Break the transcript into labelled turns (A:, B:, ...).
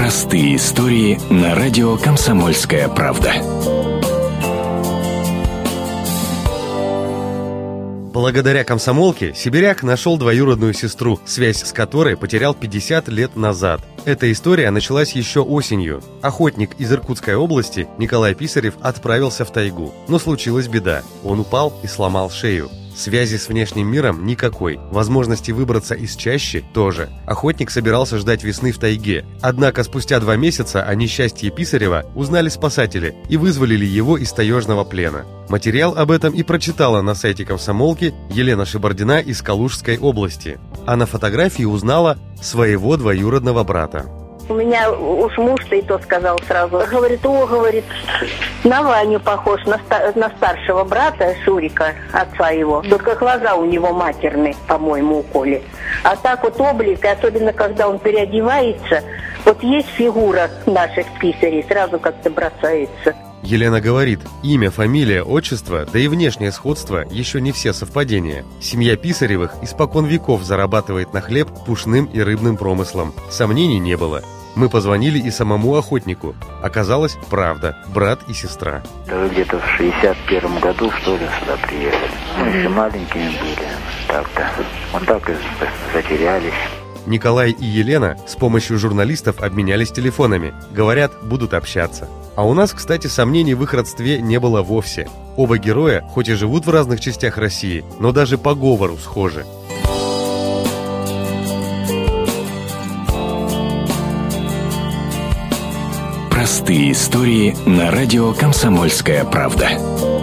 A: Простые истории на радио «Комсомольская правда».
B: Благодаря комсомолке сибиряк нашел двоюродную сестру, связь с которой потерял 50 лет назад. Эта история началась еще осенью. Охотник из Иркутской области Николай Писарев отправился в тайгу. Но случилась беда. Он упал и сломал шею. Связи с внешним миром никакой, возможности выбраться из чащи тоже. Охотник собирался ждать весны в тайге. Однако спустя 2 месяца о несчастье Писарева узнали спасатели и вызволили его из таежного плена. Материал об этом и прочитала на сайте комсомолки Елена Шибардина из Калужской области. А на фотографии узнала своего двоюродного брата.
C: У меня уж муж-то и то сказал сразу. Говорит, на Ваню похож, на старшего брата Шурика, отца его. Только глаза у него матерные, по-моему, у Коли. А так вот облик, особенно когда он переодевается, вот есть фигура наших Писарей, сразу как-то бросается.
B: Елена говорит, имя, фамилия, отчество, да и внешнее сходство еще не все совпадения. Семья Писаревых испокон веков зарабатывает на хлеб пушным и рыбным промыслом. Сомнений не было. Мы позвонили и самому охотнику. Оказалось, правда, брат и сестра.
D: Да, где-то в 61 году, что ли, сюда приехали. Мы еще маленькими были. Так-то. Вот так и затерялись.
B: Николай и Елена с помощью журналистов обменялись телефонами. Говорят, будут общаться. А у нас, кстати, сомнений в их родстве не было вовсе. Оба героя, хоть и живут в разных частях России, но даже по говору схожи.
A: Простые истории на радио «Комсомольская правда».